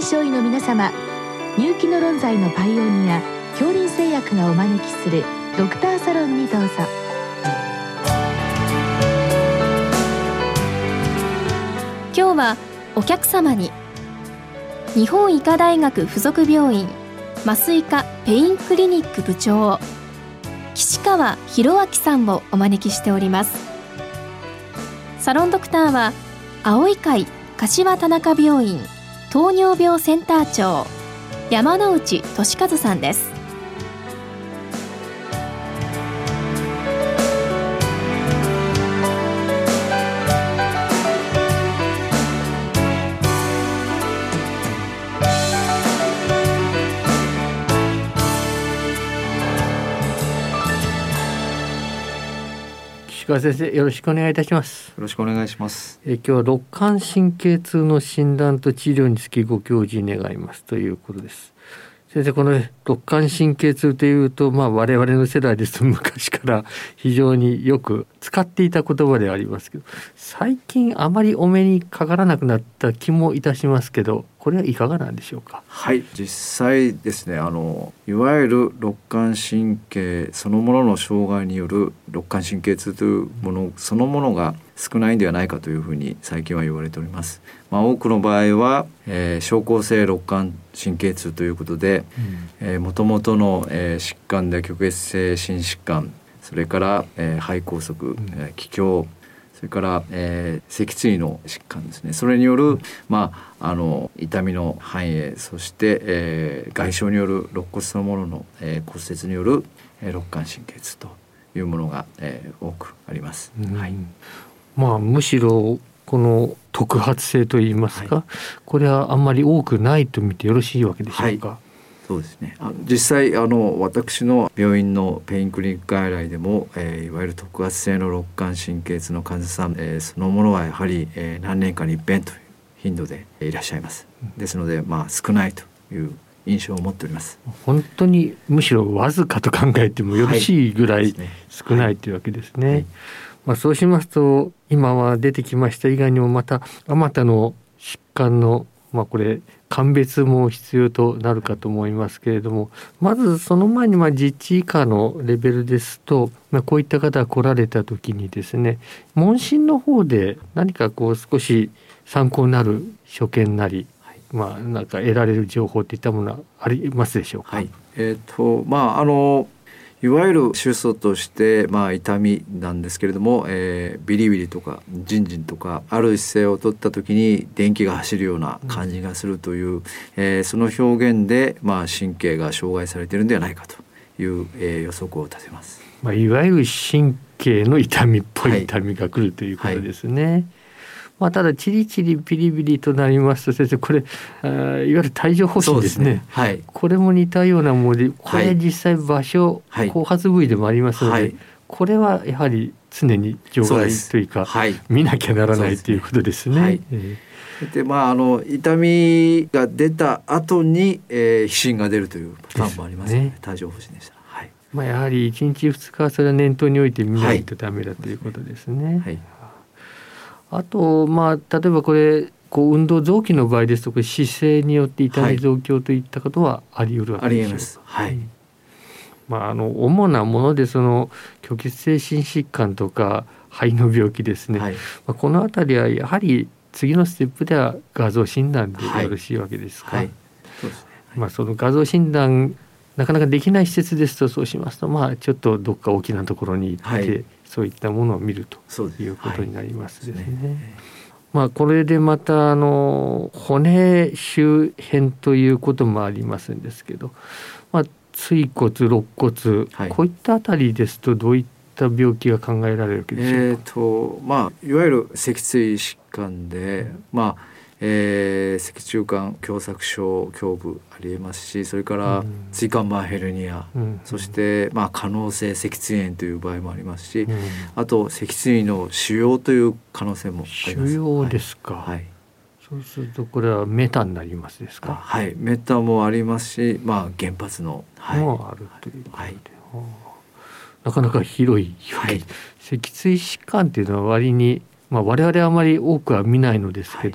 症医の皆様、入気の論剤のパイオニア恐林製薬がお招きするドクターサロンにどうぞ。 今日はお客様に日本医科大学附属病院麻酔科ペインクリニック部長岸川博明さんをお招きしております。サロンドクターは青い会柏田中病院糖尿病センター長山内俊和さんです。 岸川先生、よろしくお願いいたします。 よろしくお願いします。 今日は肋間神経痛の診断と治療につきご教示願いますということです。先生、この肋間神経痛というと、我々の世代ですと昔から非常によく使っていた言葉ではありますけど、最近あまりお目にかからなくなった気もいたしますけど、これはいかがなんでしょうか。 はい、実際ですね、いわゆる肋間神経そのものの障害による肋間神経痛というものそのものが少ないんではないかというふうに最近は言われております。多くの場合は、症候性肋間神経痛ということで、もともとの、疾患で虚血性心疾患、それから、肺梗塞、気胸、それから、脊椎の疾患ですね。それによる、痛みの反映、そして、外傷による肋骨そのものの、骨折による、肋間神経痛というものが、多くあります。はい。 むしろこの特発性といいますか、これはあんまり多くないと見てよろしいわけでしょうか。 そうですね。実際私の病院のペインクリニック外来でも、いわゆる特発性の肋間神経痛の患者さん、そのものはやはり、何年かに一遍という頻度でいらっしゃいます。ですので、少ないという印象を持っております。 本当にむしろわずかと考えてもよろしいぐらい少ないというわけですね。そうしますと、今は出てきました以外にもまたあまたの疾患のこれ鑑別も必要となるかと思いますけれども、まずその前に実地以下のレベルですと、こういった方が来られた時にですね、問診の方で何か少し参考になる所見なり、なんか得られる情報といったものはありますでしょうか。 いわゆる手術として、痛みなんですけれども、ビリビリとかジンジンとかある姿勢を取った時に電気が走るような感じがするという、その表現で、神経が障害されているのではないかという、予測を立てます。 いわゆる神経の痛みっぽい痛みが来るということですね。ただチリチリピリピリとなりますと、先生、これいわゆる帯状疱疹ですね。これも似たようなもので、これ実際場所、後発部位でもありますので、これはやはり常に除外というか、見なきゃならないということですね。 で痛みが出た後に、皮疹が出るというパターンもありますね。帯状疱疹でした。 やはり1日2日それは念頭において見ないとダメだということですね。あと例えばこれ運動臓器の場合ですと、姿勢によって痛み増強といったことはあり得るわけでしょうか。あり得ます。主なものでその虚血性心疾患とか肺の病気ですね、このあたりはやはり次のステップでは画像診断でよろしいわけですか。 そうですね。 その画像診断なかなかできない施設ですと、そうしますとちょっとどっか大きなところに行って、そういったものを見るということになりますですね。これでまた骨周辺ということもありますんですけど、椎骨、肋骨、こういったあたりですとどういった病気が考えられるわけでしょうか。 いわゆる脊椎疾患で、脊柱管狭窄症胸部ありえますし、それから椎間板ヘルニア、そして可能性脊椎炎という場合もありますし、あと脊椎の腫瘍という可能性もあります。 腫瘍ですか。そうするとこれはメタになりますですか。 メタもありますし、原発の、 もあるということで、なかなか広い、脊椎疾患というのは割に、我々はあまり多くは見ないのですけど、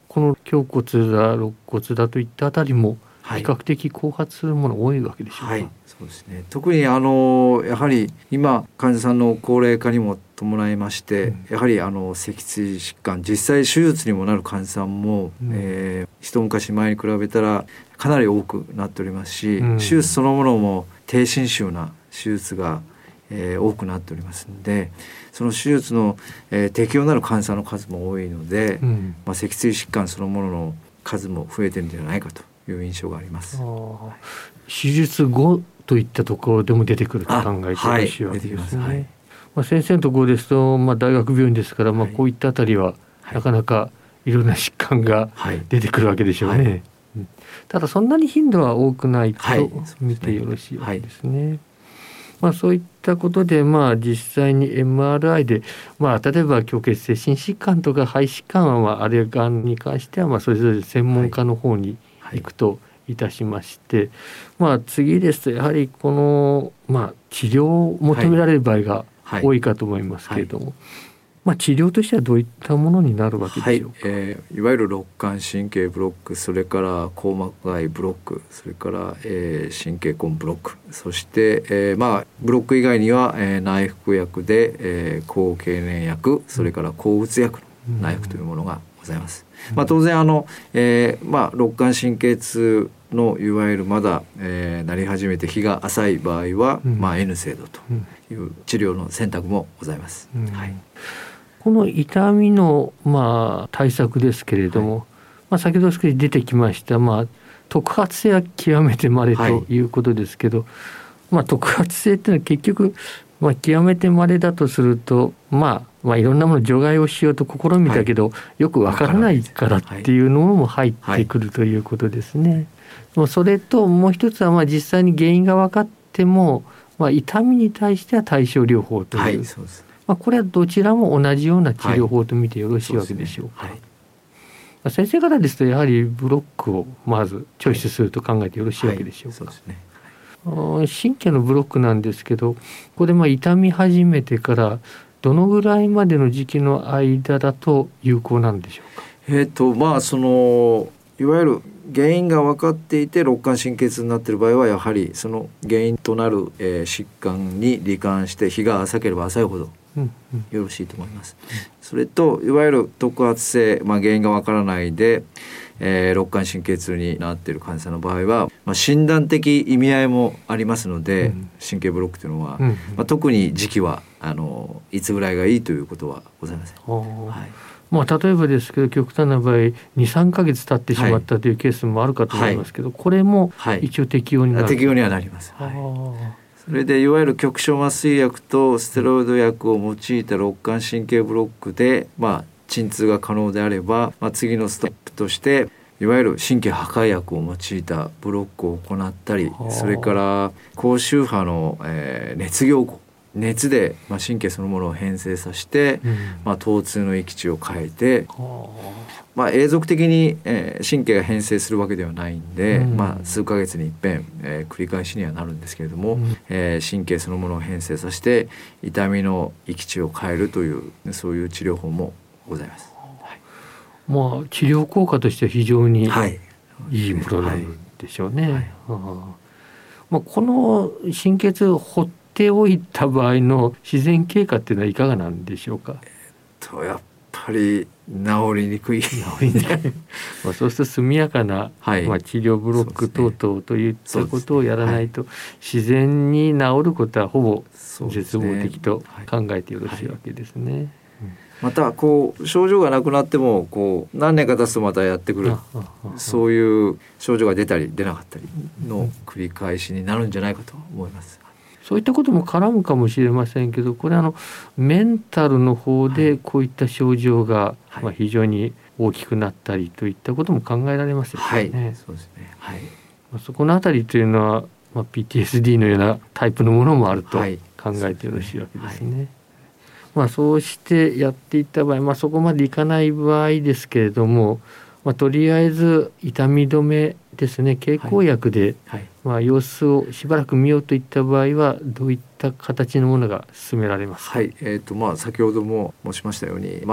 この胸骨だ肋骨だといったあたりも比較的後発するもの多いわけでしょうか。 はい、そうですね。特にやはり今患者さんの高齢化にも伴いまして、やはり脊椎疾患実際手術にもなる患者さんも、一昔前に比べたらかなり多くなっておりますし、手術そのものも低侵襲な手術が、多くなっておりますので、その手術の、適用になる患者さんの数も多いので、脊椎疾患そのものの数も増えているんじゃないかという印象があります。 手術後といったところでも出てくると考えてよろしいわけですね。先生のところですと、大学病院ですから、こういったあたりはなかなかいろんな疾患が出てくるわけでしょうね。ただそんなに頻度は多くないと見てよろしいわけですね。そういったことで、実際に MRI で、例えば虚血性心疾患とか肺疾患はあれがんに関してはそれぞれ専門家の方に行くといたしまして、次ですとやはりこの、治療を求められる場合が多いかと思いますけれども、治療としてはどういったものになるわけでしょうか。 いわゆる肋間神経ブロック、それから硬膜外ブロック、それから、神経根ブロック、そして、ブロック以外には、内服薬で、抗経年薬、それから抗うつ薬の内服というものがございます。当然肋間神経痛のいわゆるまだ、なり始めて日が浅い場合は、N 制度という治療の選択もございます。 この痛みの、対策ですけれども、先ほど少し出てきました、特発性は極めて稀ということですけど、特発性っていうのは結局、極めて稀だとすると、いろんなもの除外をしようと試みたけど、よくわからないからっていうのも入ってくるということですね。それともう一つは、実際に原因が分かっても、痛みに対しては対症療法という、 そうです。 これはどちらも同じような治療法と見てよろしいわけでしょうか。先生方ですとやはりブロックをまずチョイスすると考えてよろしいわけでしょうか。 そうですね。 神経のブロックなんですけど、これ痛み始めてからどのぐらいまでの時期の間だと有効なんでしょうか。 いわゆる原因が分かっていて肋間神経痛になっている場合はやはりその原因となる、疾患に罹患して日が浅ければ浅いほどよろしいと思います。それといわゆる特発性、原因が分からないで、肋間神経痛になっている患者さんの場合は、診断的意味合いもありますので、神経ブロックというのは、特に時期はいつぐらいがいいということはございません。 例えばですけど極端な場合 2,3 ヶ月経ってしまったというケースもあるかと思いますけど、これも一応適用になる。 適用にはなります。それでいわゆる局所麻酔薬とステロイド薬を用いた肋間神経ブロックで、鎮痛が可能であれば、次のステップとしていわゆる神経破壊薬を用いたブロックを行ったり、それから高周波の、熱凝固、熱で、神経そのものを変性させて、疼痛の域値を変えて、永続的に、神経が変性するわけではないんで、数ヶ月に一遍、繰り返しにはなるんですけれども、神経そのものを変性させて痛みの域値を変えるというそういう治療法もございます。 治療効果としては非常にいいものなんでしょうね。この神経痛を放っておいた場合の自然経過っていうのはいかがなんでしょうか。 やっぱり治りにくいそうすると速やかな、治療ブロック等々といったことをやらないと、自然に治ることはほぼ絶望的と考えてよろしいわけですね。 また症状がなくなっても何年か経つとまたやってくる、そういう症状が出たり出なかったりの繰り返しになるんじゃないかと思います。 そういったことも絡むかもしれませんけど、これメンタルの方でこういった症状が非常に大きくなったりといったことも考えられますよね。 そうですね。 そこのあたりというのは、PTSD のようなタイプのものもあると考えてよろしいわけですね。そうしてやっていった場合、そこまでいかない場合ですけれども、とりあえず痛み止めですね、経口薬で、様子をしばらく見ようといった場合はどういった形のものが勧められますか。 先ほども申しましたように、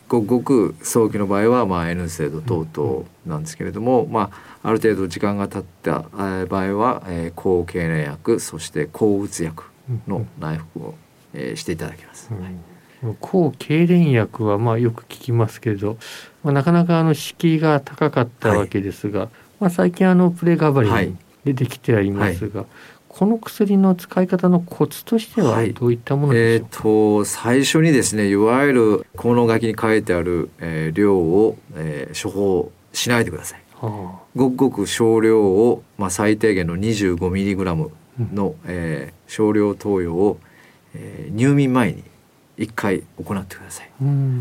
ごくごく早期の場合はN制度等々なんですけれども、ある程度時間が経った場合は抗痙攣薬、そして抗うつ薬の内服をしていただきます。 抗痙攣薬はよく聞きますけれど、なかなか敷居が高かったわけですが、最近プレガバリン出てきてはいますが、この薬の使い方のコツとしてはどういったものでしょうか。 最初にですね、いわゆる効能書きに書いてある、量を、処方しないでください。ごくごく少量を、最低限の 25mg の、少量投与を、入眠前に1回行ってください。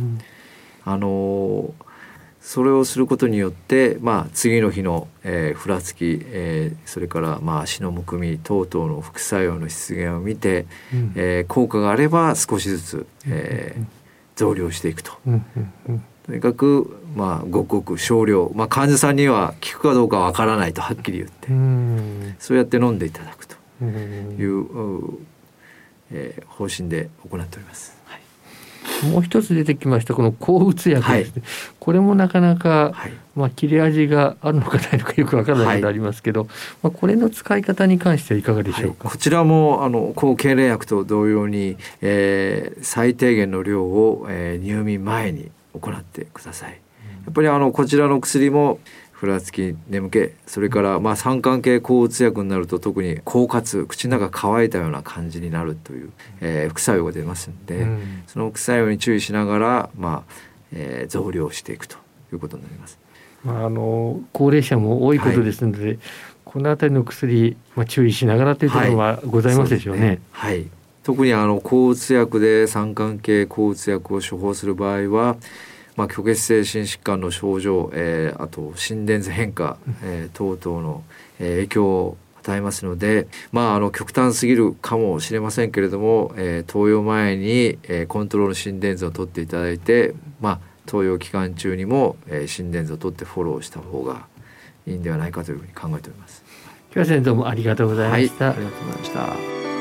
それをすることによって、次の日の、ふらつき、それから足のむくみ等々の副作用の出現を見て、効果があれば少しずつ、増量していくと。とにかく、ごくごく少量、患者さんには効くかどうかわからないとはっきり言って、そうやって飲んでいただくという、方針で行っております。 もう一つ出てきましたこの抗うつ薬ですね、これもなかなか、切れ味があるのかないのかよくわからないのでありますけど、これの使い方に関してはいかがでしょうか。 こちらも抗痙攣薬と同様に、最低限の量を、入眠前に行ってください。やっぱりこちらの薬もふらつき、眠気、それから三環系抗うつ薬になると特に口渇、口の中乾いたような感じになるという、副作用が出ますので、その副作用に注意しながら、増量していくということになります。 高齢者も多いことですので、このあたりの薬、注意しながらというところはございますでしょうね。 特に抗うつ薬で三環系抗うつ薬を処方する場合は、虚血性心疾患の症状、あと心電図変化、等々の、影響を与えますので、極端すぎるかもしれませんけれども、投与前に、コントロール心電図を取っていただいて、投与期間中にも、心電図を取ってフォローした方がいいんではないかというふうに考えております。 今日はどうもありがとうございました。 ありがとうございました。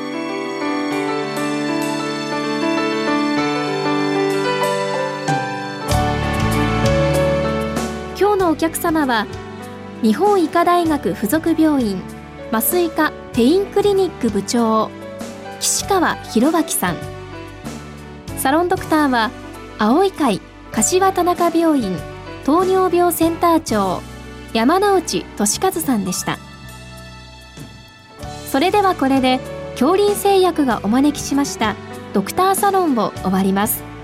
お客様は日本医科大学附属病院麻酔科ペインクリニック部長岸川博明さん、サロンドクターは青い会柏田中病院糖尿病センター長山内俊和さんでした。それではこれで恐林製薬がお招きしましたドクターサロンを終わります。